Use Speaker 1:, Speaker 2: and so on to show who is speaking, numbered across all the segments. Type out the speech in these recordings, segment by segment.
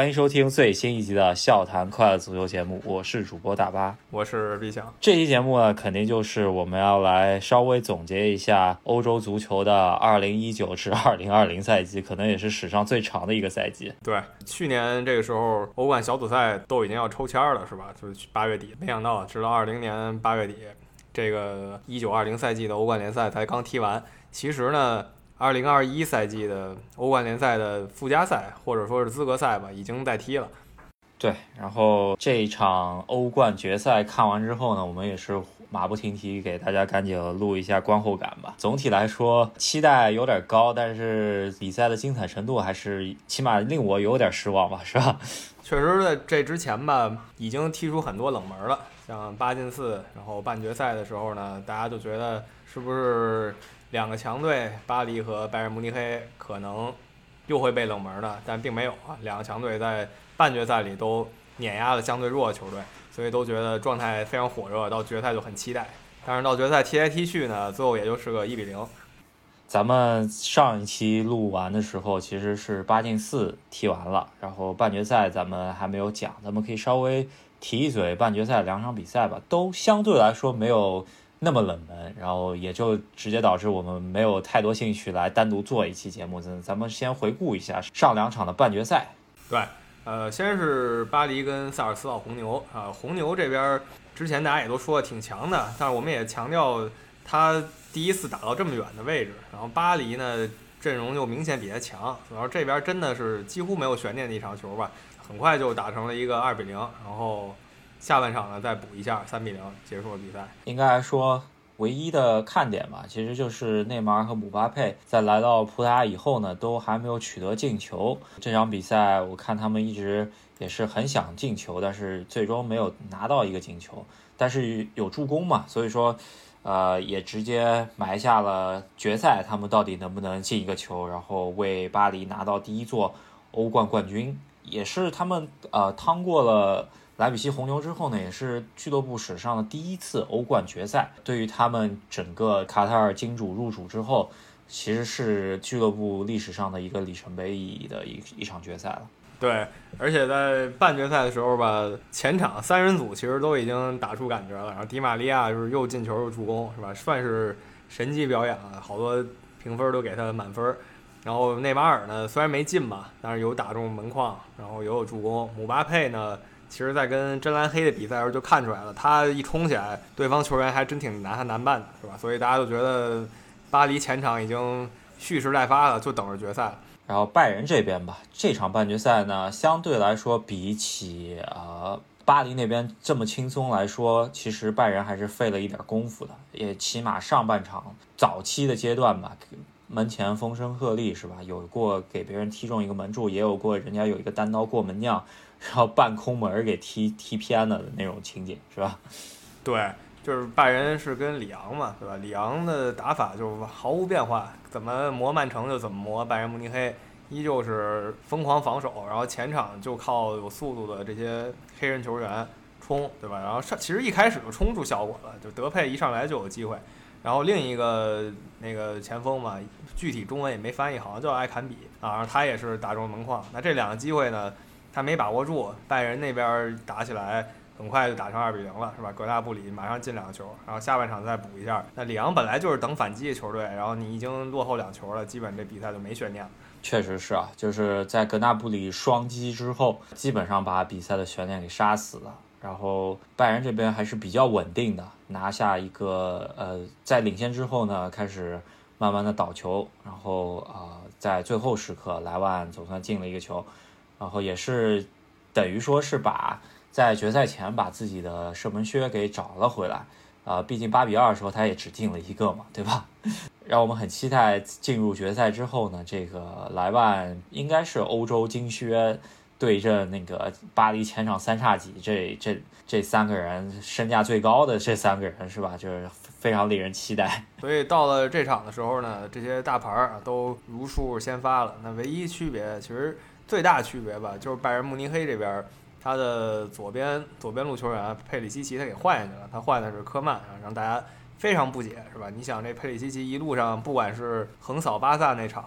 Speaker 1: 欢迎收听最新一集的笑谈快乐足球节目，我是主播大巴，
Speaker 2: 我是毕强。
Speaker 1: 这期节目呢，肯定就是我们要来稍微总结一下欧洲足球的2019至2020赛季，可能也是史上最长的一个赛季。
Speaker 2: 对，去年这个时候欧冠小组赛都已经要抽签了，是吧？就是8月底，没想到直到20年8月底，这个19-20赛季的欧冠联赛才刚踢完。其实呢，2021赛季的欧冠联赛的附加赛或者说是资格赛吧，已经在踢了。
Speaker 1: 对，然后这一场欧冠决赛看完之后呢，我们也是马不停蹄给大家赶紧录一下观后感吧。总体来说期待有点高，但是比赛的精彩程度还是起码令我有点失望吧，是吧？
Speaker 2: 确实在这之前吧，已经踢出很多冷门了，像8进4，然后半决赛的时候呢，大家就觉得是不是两个强队巴黎和拜仁慕尼黑可能又会被冷门的，但并没有啊，两个强队在半决赛里都碾压了相对弱的球队，所以都觉得状态非常火热，到决赛就很期待。但是到决赛踢来踢去呢，最后也就是个1-0。
Speaker 1: 咱们上一期录完的时候其实是8进4踢完了，然后半决赛咱们还没有讲，咱们可以稍微提一嘴半决赛两场比赛吧，都相对来说没有那么冷门，然后也就直接导致我们没有太多兴趣来单独做一期节目。咱们先回顾一下上两场的半决赛。
Speaker 2: 对，先是巴黎跟萨尔斯堡红牛啊，红牛这边之前大家也都说挺强的，但是我们也强调他第一次打到这么远的位置，然后巴黎呢阵容就明显比他强，然后这边真的是几乎没有悬念的一场球吧，很快就打成了一个2-0，然后下半场呢再补一下3-0结束了比赛。
Speaker 1: 应该来说唯一的看点吧，其实就是内马尔和姆巴佩在来到葡萄牙以后呢，都还没有取得进球。这场比赛我看他们一直也是很想进球，但是最终没有拿到一个进球，但是有助攻嘛，所以说也直接埋下了决赛他们到底能不能进一个球，然后为巴黎拿到第一座欧冠冠军，也是他们趟过了莱比锡红牛之后呢，也是俱乐部史上的第一次欧冠决赛，对于他们整个卡塔尔金主入主之后，其实是俱乐部历史上的一个里程碑意义的一场决赛了。
Speaker 2: 对，而且在半决赛的时候吧，前场3人组其实都已经打出感觉了，然后迪玛利亚就是又进球又助攻，是吧？算是神级表演啊，好多评分都给他满分。然后内马尔呢，虽然没进吧，但是有打中门框，然后也有助攻。姆巴佩呢，其实在跟真蓝黑的比赛时候就看出来了，他一冲起来，对方球员还真挺拿他难办的，是吧？所以大家都觉得巴黎前场已经蓄势待发了，就等着决赛了。
Speaker 1: 然后拜仁这边吧，这场半决赛呢，相对来说比起巴黎那边这么轻松来说，其实拜仁还是费了一点功夫的，也起码上半场早期的阶段吧，门前风声鹤唳是吧？有过给别人踢中一个门柱，也有过人家有一个单刀过门将，然后半空门给踢偏了的那种情景是吧？
Speaker 2: 对，就是拜仁是跟里昂嘛，对吧？里昂的打法就毫无变化，怎么磨曼城就怎么磨拜仁慕尼黑，依旧是疯狂防守，然后前场就靠有速度的这些黑人球员冲，对吧？然后其实一开始就冲出效果了，就德佩一上来就有机会，然后另一个那个前锋嘛，具体中文也没翻译，好像叫埃坎比啊，然后他也是打中门框。那这两个机会呢，他没把握住，拜仁那边打起来很快就打成2-0了，是吧？格纳布里马上进2个球，然后下半场再补一下。那里昂本来就是等反击的球队，然后你已经落后2球了，基本这比赛就没悬念了。
Speaker 1: 确实是啊，就是在格纳布里双击之后，基本上把比赛的悬念给杀死了。然后拜仁这边还是比较稳定的，拿下一个在领先之后呢，开始慢慢的倒球，然后在最后时刻莱万总算进了一个球，然后也是等于说是在决赛前把自己的射门靴给找了回来。毕竟8-2的时候他也只进了一个嘛，对吧？让我们很期待进入决赛之后呢，这个莱万应该是欧洲金靴对阵那个巴黎前场三叉戟，这3个人身价最高的这3个人是吧？就是非常令人期待。
Speaker 2: 所以到了这场的时候呢，这些大牌都如数先发了。那唯一区别，其实最大区别吧，就是拜仁慕尼黑这边他的左边路球员佩里西奇他给换下去了，他换的是科曼，让大家非常不解，是吧？你想这佩里西奇一路上不管是横扫巴萨那场，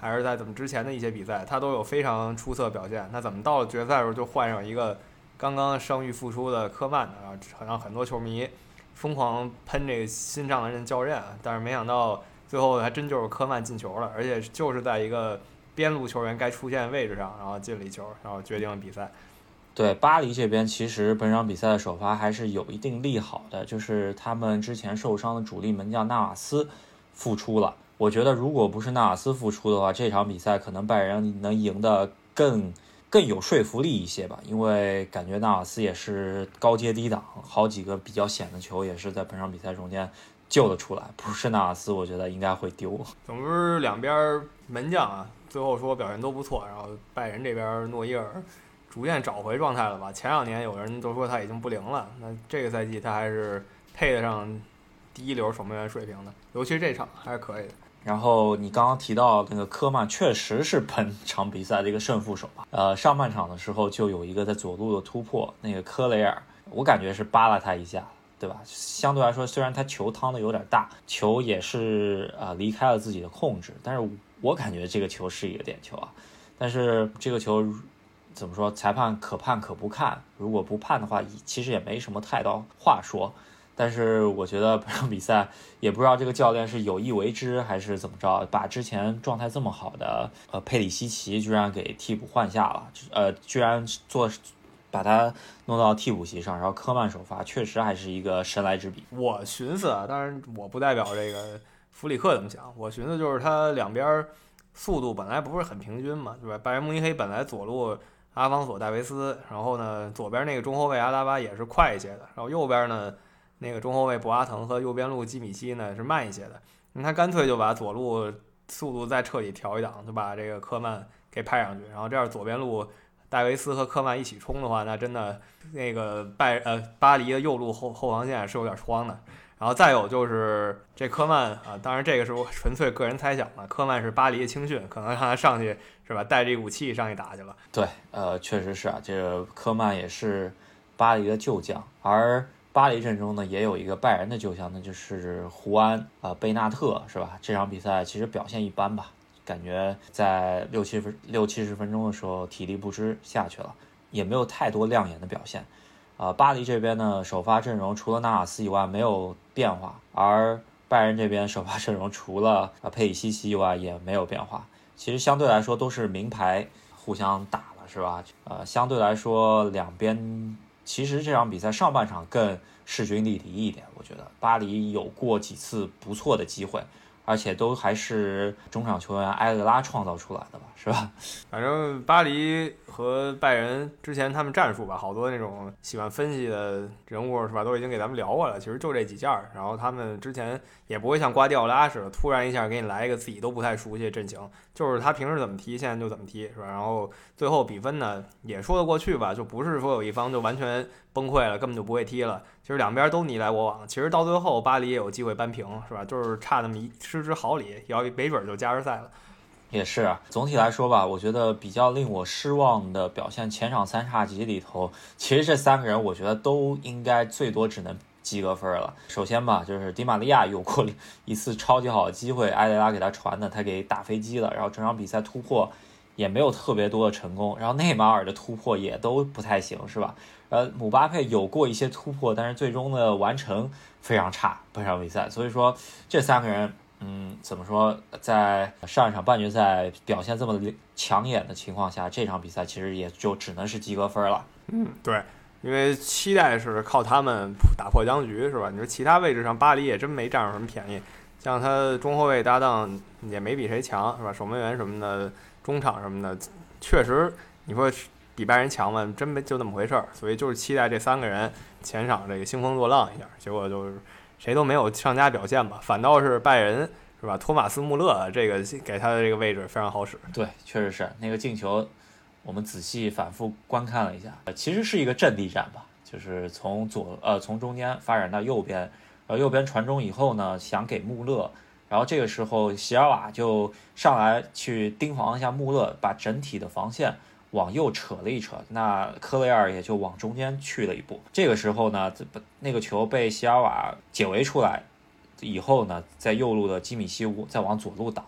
Speaker 2: 还是在怎么之前的一些比赛，他都有非常出色表现。那怎么到了决赛的时候就换上一个刚刚伤愈复出的科曼呢？让很多球迷疯狂喷这个新上任教练，但是没想到最后还真就是科曼进球了，而且就是在一个边路球员该出现的位置上，然后进了一球，然后决定了比赛。
Speaker 1: 对，巴黎这边其实本场比赛的首发还是有一定利好的，就是他们之前受伤的主力门将纳瓦斯复出了。我觉得如果不是纳瓦斯复出的话，这场比赛可能拜仁能赢得更有说服力一些吧，因为感觉纳瓦斯也是高接低挡，好几个比较险的球也是在本场比赛中间救了出来。不是纳瓦斯，我觉得应该会丢。
Speaker 2: 总之两边门将啊，最后说表现都不错，然后拜仁这边诺伊尔逐渐找回状态了吧？前2年有人都说他已经不灵了，那这个赛季他还是配得上第一流守门员水平的，尤其是这场还是可以的。
Speaker 1: 然后你刚刚提到那个科曼，确实是本场比赛的一个胜负手吧。上半场的时候就有一个在左路的突破，那个科雷尔，我感觉是扒拉他一下，对吧？相对来说，虽然他球趟的有点大，球也是离开了自己的控制，但是我感觉这个球是一个点球啊。但是这个球怎么说？裁判可判可不看，如果不判的话，其实也没什么太多话说。但是我觉得本场比赛也不知道这个教练是有意为之还是怎么着，把之前状态这么好的佩里西奇居然给替补换下了，居然把他弄到替补席上，然后科曼首发，确实还是一个神来之笔。
Speaker 2: 我寻思啊，当然我不代表这个弗里克怎么想，我寻思就是他两边速度本来不是很平均嘛，对吧？拜仁慕尼黑本来左路阿方索戴维斯，然后呢左边那个中后卫阿拉巴也是快一些的，然后右边呢那个中后卫博阿滕和右边路基米希呢是慢一些的，他干脆就把左路速度再彻底调一档，就把这个科曼给派上去，然后这样左边路戴维斯和科曼一起冲的话，那真的那个巴黎的右路后防线是有点慌的。然后再有就是这科曼啊，当然这个是我纯粹个人猜想了，科曼是巴黎的青训，可能让他上去是吧，带着一股气上去打去了。
Speaker 1: 对，确实是啊，这个科曼也是巴黎的旧将，而巴黎阵中呢也有一个拜仁的旧将，那就是胡安贝纳特，是吧？这场比赛其实表现一般吧，感觉在六七十分钟的时候体力不支下去了，也没有太多亮眼的表现。巴黎这边呢首发阵容除了纳瓦斯以外没有变化，而拜仁这边首发阵容除了佩里西奇以外也没有变化。其实相对来说都是名牌互相打了，是吧？相对来说两边其实这场比赛上半场更势均力敌一点，我觉得巴黎有过几次不错的机会，而且都还是中场球员埃勒拉创造出来的吧，是吧？
Speaker 2: 反正巴黎和拜仁之前他们战术吧，好多那种喜欢分析的人物是吧，都已经给咱们聊过了。其实就这几件，然后他们之前也不会像瓜迪奥拉似的，突然一下给你来一个自己都不太熟悉的阵型，就是他平时怎么踢，现在就怎么踢，是吧？然后最后比分呢也说得过去吧，就不是说有一方就完全崩溃了，根本就不会踢了。其实两边都你来我往，其实到最后巴黎也有机会扳平，是吧？就是差那么失之毫厘，要没准就加时赛了。
Speaker 1: 也是啊，总体来说吧，我觉得比较令我失望的表现，前场三叉戟里头，其实这3个人我觉得都应该最多只能及格分了。首先吧，就是迪玛利亚有过一次超级好的机会，埃雷拉给他传的，他给打飞机了，然后整场比赛突破也没有特别多的成功，然后内马尔的突破也都不太行，是吧？姆巴佩有过一些突破，但是最终的完成非常差，本场比赛。所以说这3个人怎么说，在上一场半决赛表现这么抢眼的情况下，这场比赛其实也就只能是及格分了。
Speaker 2: 对，因为期待是靠他们打破僵局，是吧？你说其他位置上巴黎也真没占上什么便宜，像他中后卫搭档也没比谁强，是吧？守门员什么的，中场什么的，确实你说比拜仁强嘛，真没就那么回事儿。所以就是期待这3个人前场这个兴风作浪一下，结果就是谁都没有上佳表现吧，反倒是拜仁，是吧？托马斯穆勒这个给他的这个位置非常好使。
Speaker 1: 对，确实是那个进球，我们仔细反复观看了一下，其实是一个阵地战吧，就是从中间发展到右边，然后右边传中以后呢，想给穆勒，然后这个时候席尔瓦就上来去盯防一下穆勒，把整体的防线往右扯了一扯，那科雷尔也就往中间去了一步。这个时候呢，那个球被席尔瓦解围出来以后呢，在右路的基米希再往左路倒，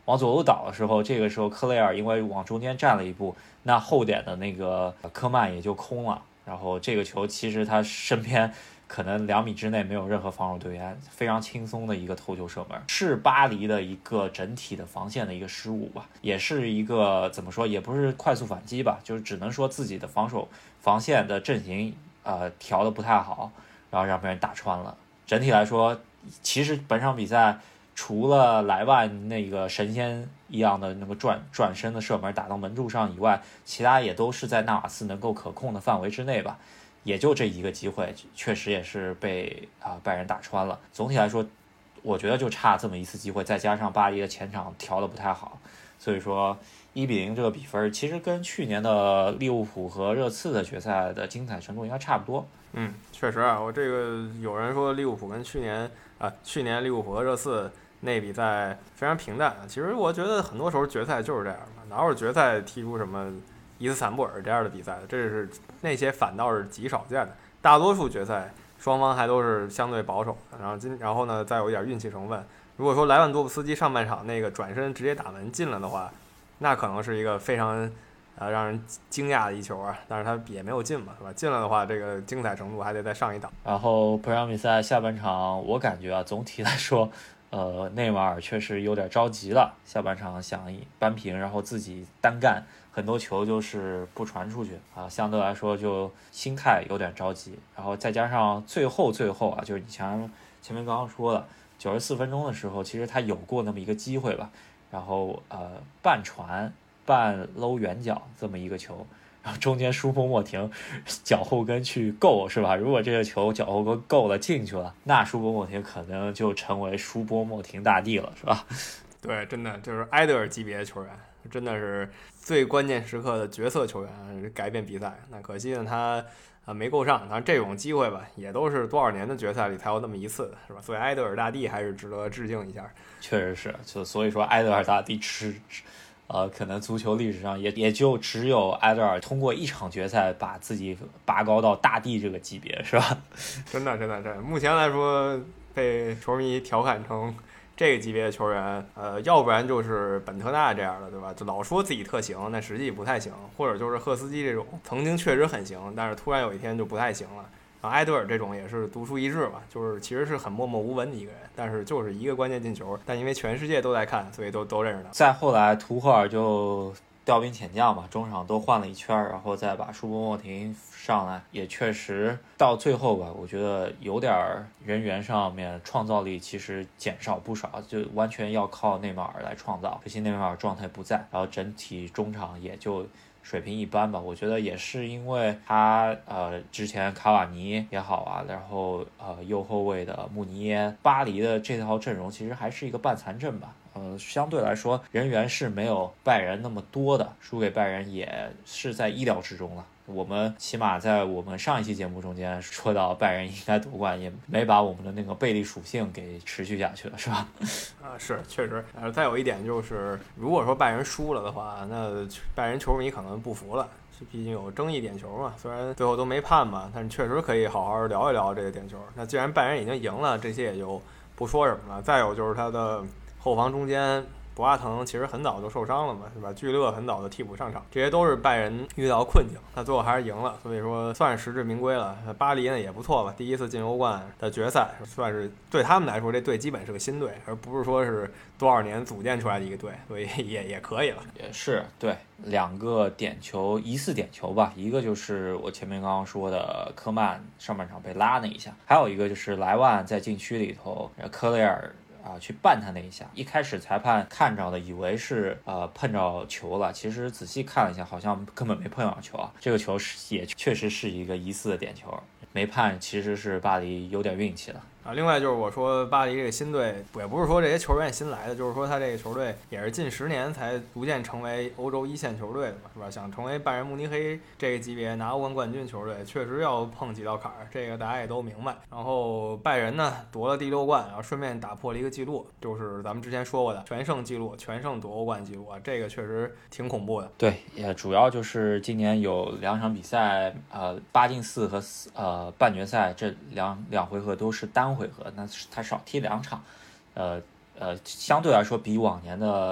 Speaker 1: 往左路倒的时候，这个时候克雷尔因为往中间站了一步，那后点的那个科曼也就空了。然后这个球其实他身边可能2米之内没有任何防守队员，非常轻松的一个头球射门，是巴黎的一个整体的防线的一个失误吧，也是一个怎么说，也不是快速反击吧，就是只能说自己的防线的阵型调的不太好，然后让别人打穿了。整体来说，其实本场比赛除了莱万那个神仙一样的那个转身的射门打到门柱上以外，其他也都是在纳瓦斯能够可控的范围之内吧。也就这一个机会，确实也是被拜仁打穿了。总体来说，我觉得就差这么一次机会，再加上巴黎的前场调的不太好，所以说1-0这个比分，其实跟去年的利物浦和热刺的决赛的精彩程度应该差不多。
Speaker 2: 确实啊，我这个有人说利物浦跟去年利物浦和热刺那比赛非常平淡。其实我觉得很多时候决赛就是这样的，哪有决赛踢出什么伊斯坦布尔这样的比赛的？这是那些反倒是极少见的。大多数决赛双方还都是相对保守的，然后呢再有一点运气成分。如果说莱万多夫斯基上半场那个转身直接打门进了的话，那可能是一个非常让人惊讶的一球啊，但是他也没有进嘛，是吧？进了的话，这个精彩程度还得再上一档。
Speaker 1: 然后本场比赛下半场，我感觉总体来说，内马尔确实有点着急了，下半场想扳平，然后自己单干，很多球就是不传出去相对来说就心态有点着急，然后再加上最后就是你前面刚刚说了，94分钟的时候，其实他有过那么一个机会吧，然后半传半搂远角这么一个球，然后中间舒波莫廷脚后跟去够是吧？如果这个球脚后跟够了进去了，那舒波莫廷可能就成为舒波莫廷大帝了，是吧？
Speaker 2: 对，真的就是埃德尔级别的球员，真的是最关键时刻的角色球员，改变比赛。那可惜呢，他没够上。当然这种机会吧，也都是多少年的决赛里才有那么一次，是吧？所以埃德尔大帝还是值得致敬一下。
Speaker 1: 确实是，所以说埃德尔大帝可能足球历史上也就只有埃德尔通过一场决赛把自己拔高到大帝这个级别，是吧？
Speaker 2: 真的，目前来说被球迷调侃成这个级别的球员，要不然就是本特纳这样的，对吧？就老说自己特行，但实际不太行，或者就是赫斯基这种曾经确实很行，但是突然有一天就不太行了。然后埃德尔这种也是独树一帜吧，就是其实是很默默无闻的一个人，但是就是一个关键进球，但因为全世界都在看，所以都认识他。
Speaker 1: 再后来图赫尔就调兵遣将嘛，中场都换了一圈，然后再把舒波莫廷上来，也确实到最后吧，我觉得有点人员上面创造力其实减少不少，就完全要靠内马尔来创造，可惜内马尔状态不在，然后整体中场也就水平一般吧。我觉得也是因为他之前卡瓦尼也好啊，然后右后卫的穆尼耶，巴黎的这套阵容其实还是一个半残阵吧。相对来说人员是没有拜仁那么多的，输给拜仁也是在意料之中了。我们起码在我们上一期节目中间说到拜仁应该夺冠，也没把我们的那个贝利属性给持续下去了，是吧？
Speaker 2: 是确实。再有一点就是，如果说拜仁输了的话，那拜仁球迷可能不服了，毕竟有争议点球嘛。虽然最后都没判嘛，但是确实可以好好聊一聊这个点球。那既然拜仁已经赢了，这些也就不说什么了。再有就是他的后防中间，博阿滕其实很早就受伤了嘛，是吧？聚勒很早的替补上场，这些都是拜仁遇到困境，他最后还是赢了，所以说算是实至名归了。巴黎呢也不错吧，第一次进欧冠的决赛，算是对他们来说这队基本是个新队，而不是说是多少年组建出来的一个队，所以也可以了。
Speaker 1: 也是对2个点球，疑似点球吧，一个就是我前面刚刚说的科曼上半场被拉那一下，还有一个就是莱万在禁区里头，科雷尔去绊他那一下，一开始裁判看着的以为是碰着球了，其实仔细看了一下，好像根本没碰着球啊。这个球也确实是一个疑似的点球，没判其实是巴黎有点运气了。
Speaker 2: 另外就是我说巴黎这个新队，也不是说这些球员新来的，就是说他这个球队也是近10年才逐渐成为欧洲一线球队的嘛，是吧？想成为拜仁慕尼黑这个级别拿欧冠冠军球队，确实要碰几道坎儿，这个大家也都明白。然后拜仁呢夺了第6冠，然后顺便打破了一个记录，就是咱们之前说过的全胜记录，全胜夺欧冠记录啊，这个确实挺恐怖的。
Speaker 1: 对，也主要就是今年有2场比赛，8进4和半决赛这两回合都是单回合，那他少踢2场，相对来说比往年的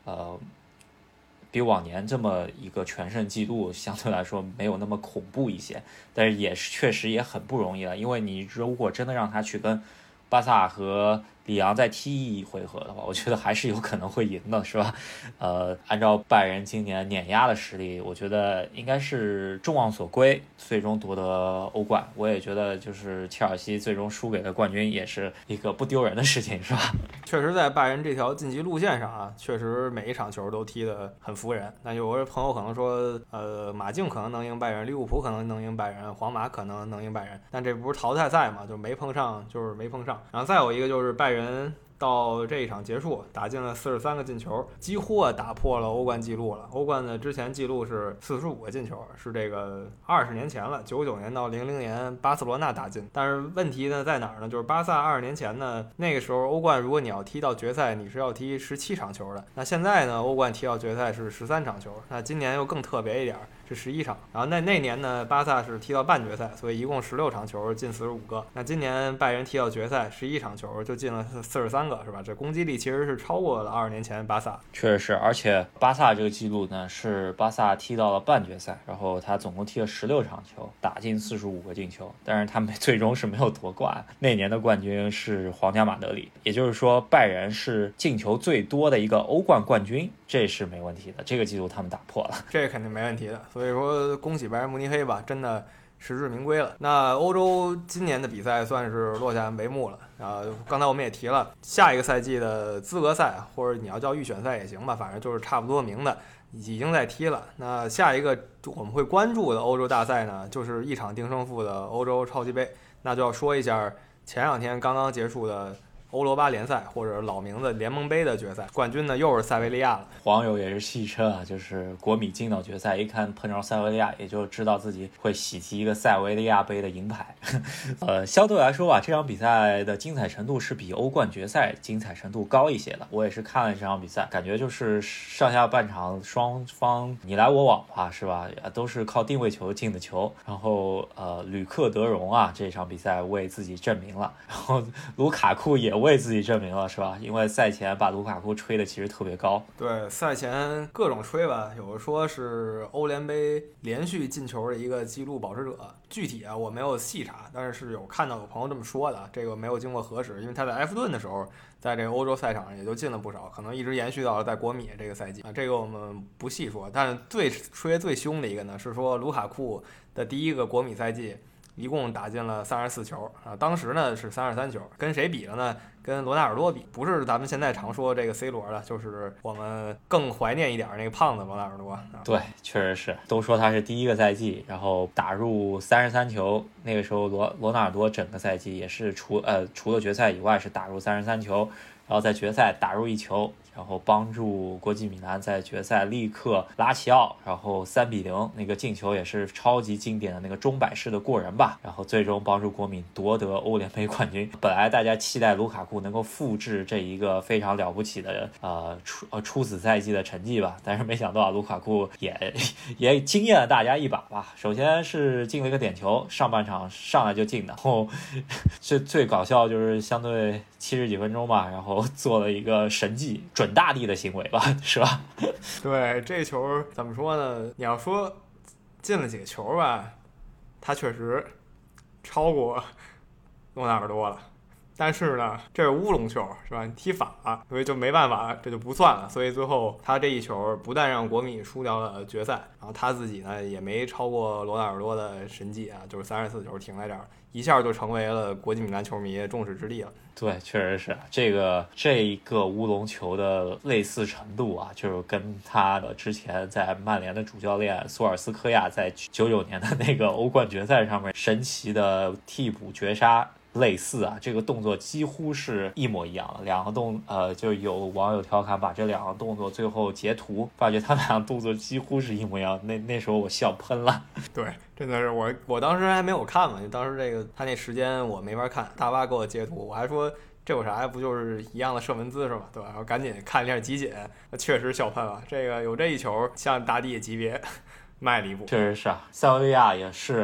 Speaker 1: 比往年这么一个全胜记录相对来说没有那么恐怖一些，但是确实也很不容易了，因为你如果真的让他去跟巴萨和里昂再踢一回合的话，我觉得还是有可能会赢的，是吧？按照拜仁今年碾压的实力，我觉得应该是众望所归，最终夺得欧冠。我也觉得就是切尔西最终输给了冠军，也是一个不丢人的事情，是吧？
Speaker 2: 确实，在拜仁这条晋级路线上啊，确实每一场球都踢得很服人。那有的朋友可能说，马竞可能能赢拜仁，利物浦可能能赢拜仁，皇马可能能赢拜仁，但这不是淘汰赛嘛，就没碰上，就是没碰上。然后再有一个就是拜仁到这一场结束打进了43个进球，几乎打破了欧冠纪录了。欧冠的之前纪录是45个进球，是这个20年前了，99年到00年巴塞罗那打进。但是问题呢在哪儿呢？就是巴萨20年前呢，那个时候欧冠如果你要踢到决赛，你是要踢17场球的。那现在呢，欧冠踢到决赛是13场球，那今年又更特别一点，是11场。然后那年呢，巴萨是踢到半决赛，所以一共16场球进45个。那今年拜仁踢到决赛11场球就进了43个，是吧？这攻击力其实是超过了20年前巴萨。
Speaker 1: 确实是，而且巴萨这个记录呢是巴萨踢到了半决赛，然后他总共踢了16场球，打进45个进球，但是他们最终是没有夺冠。那年的冠军是皇家马德里，也就是说拜仁是进球最多的一个欧冠冠军，这是没问题的，这个记录他们打破了，
Speaker 2: 这肯定没问题的。所以说恭喜拜仁慕尼黑吧，真的实至名归了。那欧洲今年的比赛算是落下帷幕了。刚才我们也提了，下一个赛季的资格赛或者你要叫预选赛也行吧，反正就是差不多名的已经在踢了。那下一个我们会关注的欧洲大赛呢，就是一场定胜负的欧洲超级杯。那就要说一下前2天刚刚结束的欧罗巴联赛或者老名字联盟杯的决赛，冠军呢又是塞维利亚了。
Speaker 1: 网友也是戏称啊，就是国米进到决赛，一看碰上塞维利亚，也就知道自己会喜提一个塞维利亚杯的银牌。相对来说吧，这场比赛的精彩程度是比欧冠决赛精彩程度高一些的。我也是看了这场比赛，感觉就是上下半场双方你来我往吧，是吧？都是靠定位球进的球。然后吕克德容啊，这场比赛为自己证明了，然后卢卡库也为自己证明了，是吧？因为赛前把卢卡库吹的其实特别高。
Speaker 2: 对，赛前各种吹吧，有的说是欧联杯连续进球的一个纪录保持者，具体我没有细查，但是有看到有朋友这么说的，这个没有经过核实，因为他在埃弗顿的时候，在这个欧洲赛场上也就进了不少，可能一直延续到了在国米这个赛季啊，这个我们不细说。但是吹最凶的一个呢，是说卢卡库的第一个国米赛季一共打进了34球啊，当时呢是33球，跟谁比了呢？跟罗纳尔多比，不是咱们现在常说这个 C 罗了，就是我们更怀念一点那个胖子罗纳尔多。
Speaker 1: 对，确实是，都说他是第一个赛季，然后打入33球，那个时候罗纳尔多整个赛季也是除了决赛以外是打入33球，然后在决赛打入1球，然后帮助国际米兰在决赛力克拉齐奥，然后3-0，那个进球也是超级经典的那个钟摆式的过人吧，然后最终帮助国米夺得欧联杯冠军。本来大家期待卢卡库能够复制这一个非常了不起的初始赛季的成绩吧，但是没想到卢卡库也惊艳了大家一把吧。首先是进了一个点球，上半场上来就进的，然后最搞笑就是相对70几分钟吧，然后做了一个神迹准大帝的行为吧，是吧？
Speaker 2: 对，这球怎么说呢？你要说进了几个球吧，他确实超过罗纳尔多了。但是呢，这是乌龙球，是吧？你踢反了，所以就没办法，这就不算了。所以最后他这一球不但让国米输掉了决赛，然后他自己呢也没超过罗纳尔多的神迹啊，就是34球停在这儿，一下就成为了国际米兰球迷的众矢之的了。
Speaker 1: 对，确实是这一个乌龙球的类似程度啊，就是跟他的之前在曼联的主教练索尔斯科亚在99年的那个欧冠决赛上面神奇的替补绝杀类似啊，这个动作几乎是一模一样的。两个就有网友调侃把这两个动作最后截图，发觉他们俩动作几乎是一模一样。那时候我笑喷了。
Speaker 2: 对，真的是我当时还没有看嘛，当时这个他那时间我没法看，大巴给我截图，我还说这有啥呀？不就是一样的射门姿势嘛，对吧？然后赶紧看一下集锦，确实笑喷了。这个有这一球，像大帝级别迈了一步。
Speaker 1: 确实是啊，塞维利亚也是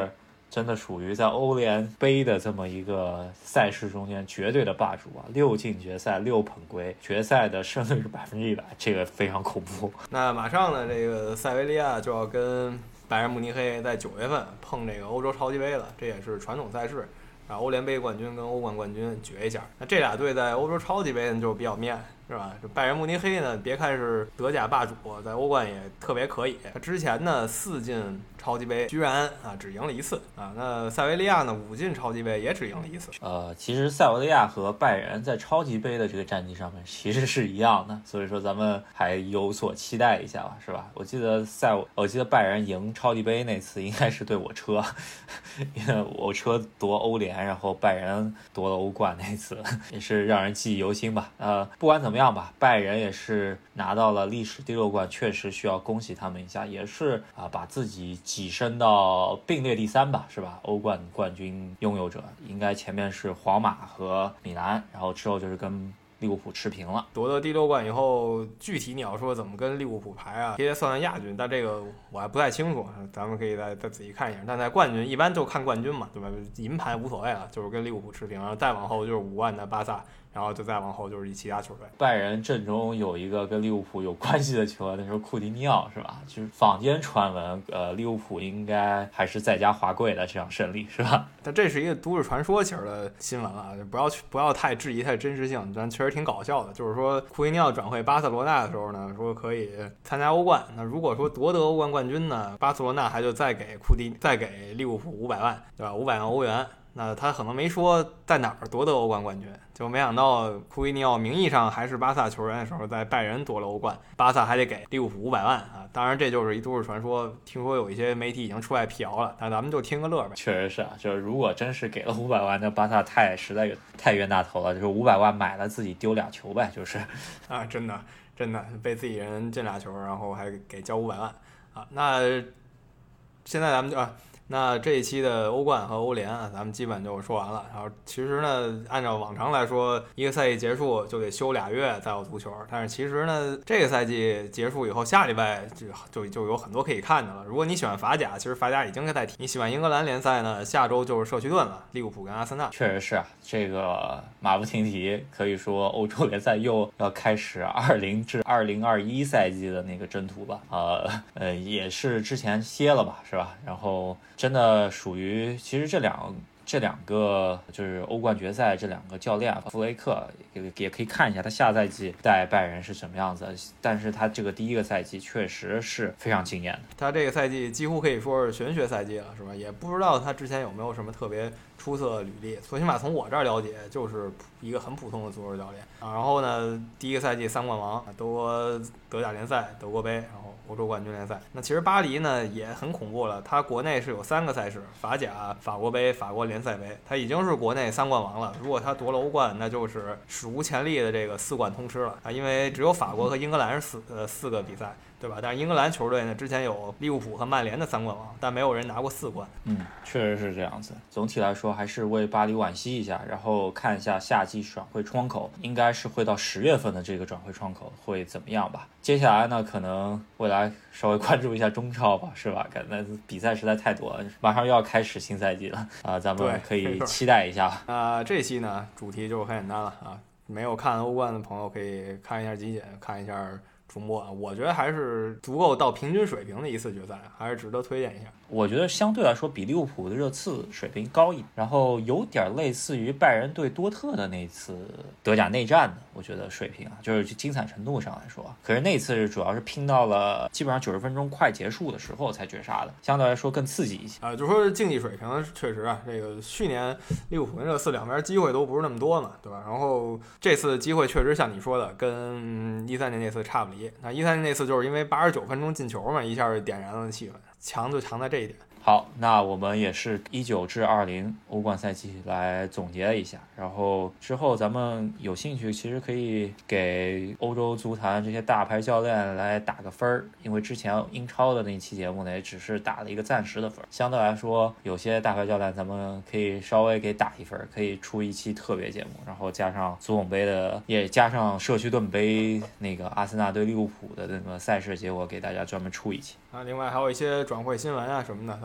Speaker 1: 真的属于在欧联杯的这么一个赛事中间绝对的霸主啊！6进决赛，6捧归，决赛的胜率是100%，这个非常恐怖。
Speaker 2: 那马上呢，这个塞维利亚就要跟拜仁慕尼黑在9月份碰这个欧洲超级杯了，这也是传统赛事。然后欧联杯冠军跟欧冠冠军决一下，那这俩队在欧洲超级杯呢就比较面，是吧？这拜仁慕尼黑呢，别看是德甲霸主，在欧冠也特别可以。他之前呢4进超级杯居然只赢了1次啊。那塞维利亚呢5进超级杯也只赢了1次。
Speaker 1: 其实塞维利亚和拜仁在超级杯的这个战绩上面其实是一样的，所以说咱们还有所期待一下吧，是吧？我记得拜仁赢超级杯那次应该是对我车，因为我车夺欧联。然后拜仁夺了欧冠那次也是让人记忆犹新吧。不管怎么样吧，拜仁也是拿到了历史第6冠，确实需要恭喜他们一下，也是把自己跻身到并列第3吧，是吧？欧冠冠军拥有者应该前面是皇马和米兰，然后之后就是跟利物浦持平了。
Speaker 2: 夺得第6冠以后，具体你要说怎么跟利物浦排啊，直接算亚军，但这个我还不太清楚，咱们可以再仔细看一下。但在冠军一般就看冠军嘛，对吧？银牌无所谓了，就是跟利物浦持平，然后再往后就是5冠的巴萨，然后就再往后就是其他球队。
Speaker 1: 拜仁阵中有一个跟利物浦有关系的球员，那时候库蒂尼奥是吧？就是坊间传闻，利物浦应该还是在家华贵的这场胜利是吧？
Speaker 2: 但这是一个都市传说型的新闻啊，不要太质疑它的真实性，但确实挺搞笑的。就是说库蒂尼奥转会巴塞罗那的时候呢，说可以参加欧冠，那如果说夺得欧冠冠军呢，巴塞罗那还就再给利物浦500万，对吧？500万欧元。那他可能没说在哪儿夺得欧冠冠军，就没想到库伊尼奥名义上还是巴萨球员的时候，在拜仁夺了欧冠，巴萨还得给利物浦500万啊！当然这就是一都市传说，听说有一些媒体已经出来辟谣了，但咱们就听个乐呗。
Speaker 1: 确实是啊，就是如果真是给了500万，那巴萨实在太冤大头了，就是500万买了自己丢俩球呗，就是
Speaker 2: 啊，真的被自己人进俩球，然后还给交500万啊！那现在咱们就那这一期的欧冠和欧联咱们基本就说完了。然后其实呢，按照往常来说，一个赛季结束就得休2月再有足球。但是其实呢，这个赛季结束以后，下礼拜就有很多可以看的了。如果你喜欢法甲，其实法甲已经在踢；你喜欢英格兰联赛呢，下周就是社区盾了，利物浦跟阿森纳。
Speaker 1: 确实是啊，这个马不停蹄，可以说欧洲联赛又要开始20至2021赛季的那个征途吧。也是之前歇了吧，是吧？然后真的属于，其实这两个就是欧冠决赛这两个教练弗雷克也可以看一下他下赛季带拜仁是什么样子，但是他这个第一个赛季确实是非常惊艳的。
Speaker 2: 他这个赛季几乎可以说是玄学赛季了，是吧？也不知道他之前有没有什么特别出色的履历，最起码从我这儿了解，就是一个很普通的足球教练。然后呢，第一个赛季3冠王，德国德甲联赛、德国杯，然后欧洲冠军联赛。那其实巴黎呢也很恐怖了，他国内是有3个赛事，法甲、法国杯、法国联赛杯，他已经是国内3冠王了。如果他夺了欧冠，那就是史无前例的这个4冠通吃了啊！因为只有法国和英格兰是四个比赛，对吧？但是英格兰球队呢，之前有利物浦和曼联的3冠王，但没有人拿过4冠。
Speaker 1: 确实是这样子。总体来说，还是为巴黎惋惜一下，然后看一下夏季转会窗口，应该是会到10月份的这个转会窗口会怎么样吧。接下来呢，可能未来稍微关注一下中超吧，是吧？感觉比赛实在太多了，马上又要开始新赛季了咱们可以期待一下。
Speaker 2: 这期呢主题就很简单了没有看欧冠的朋友可以看一下集锦，看一下出没我觉得还是足够到平均水平的一次决赛，还是值得推荐一下。
Speaker 1: 我觉得相对来说比利物浦的热刺水平高一点，然后有点类似于拜仁对多特的那次德甲内战的，我觉得水平就是精彩程度上来说。可是那次主要是拼到了基本上90分钟快结束的时候才绝杀的，相对来说更刺激一些
Speaker 2: 就说竞技水平确实这个去年利物浦跟热刺两边机会都不是那么多嘛，对吧？然后这次机会确实像你说的跟13年那次差不离。那13年那次就是因为89分钟进球嘛，一下就点燃了气氛，强就强在这一点。
Speaker 1: 好，那我们也是19至20欧冠赛季来总结了一下，然后之后咱们有兴趣其实可以给欧洲足坛这些大牌教练来打个分，因为之前英超的那期节目呢也只是打了一个暂时的分，相对来说有些大牌教练咱们可以稍微给打一分，可以出一期特别节目，然后加上足总杯的，也加上社区盾杯那个阿森纳对利物浦的那个赛事结果，给大家专门出一期
Speaker 2: 另外还有一些转会新闻什么的，咱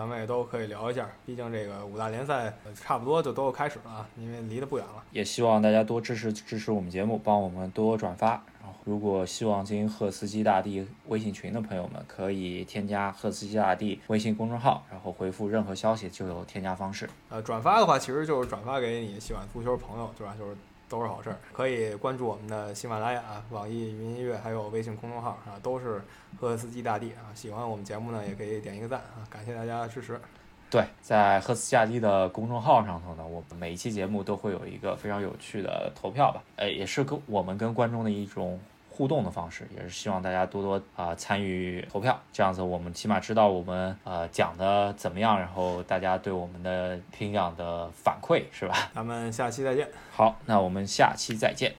Speaker 2: 咱们也都可以聊一下。毕竟这个5大联赛差不多就都开始了啊，因为离得不远了。
Speaker 1: 也希望大家多支持我们节目，帮我们多转发。然后，如果希望进赫斯基大帝微信群的朋友们，可以添加赫斯基大帝微信公众号，然后回复任何消息就有添加方式。
Speaker 2: 转发的话，其实就是转发给你喜欢足球朋友，对吧？就是都是好事儿。可以关注我们的喜马拉雅、网易云音乐，还有微信公众号啊，都是赫斯基大帝啊。喜欢我们节目呢，也可以点一个赞啊，感谢大家的支持。
Speaker 1: 对，在赫斯基大帝的公众号上头呢，我们每一期节目都会有一个非常有趣的投票吧，也是我们跟观众的一种互动的方式，也是希望大家多多参与投票，这样子我们起码知道我们讲的怎么样，然后大家对我们的评奖的反馈是吧？
Speaker 2: 咱们下期再见。
Speaker 1: 好，那我们下期再见。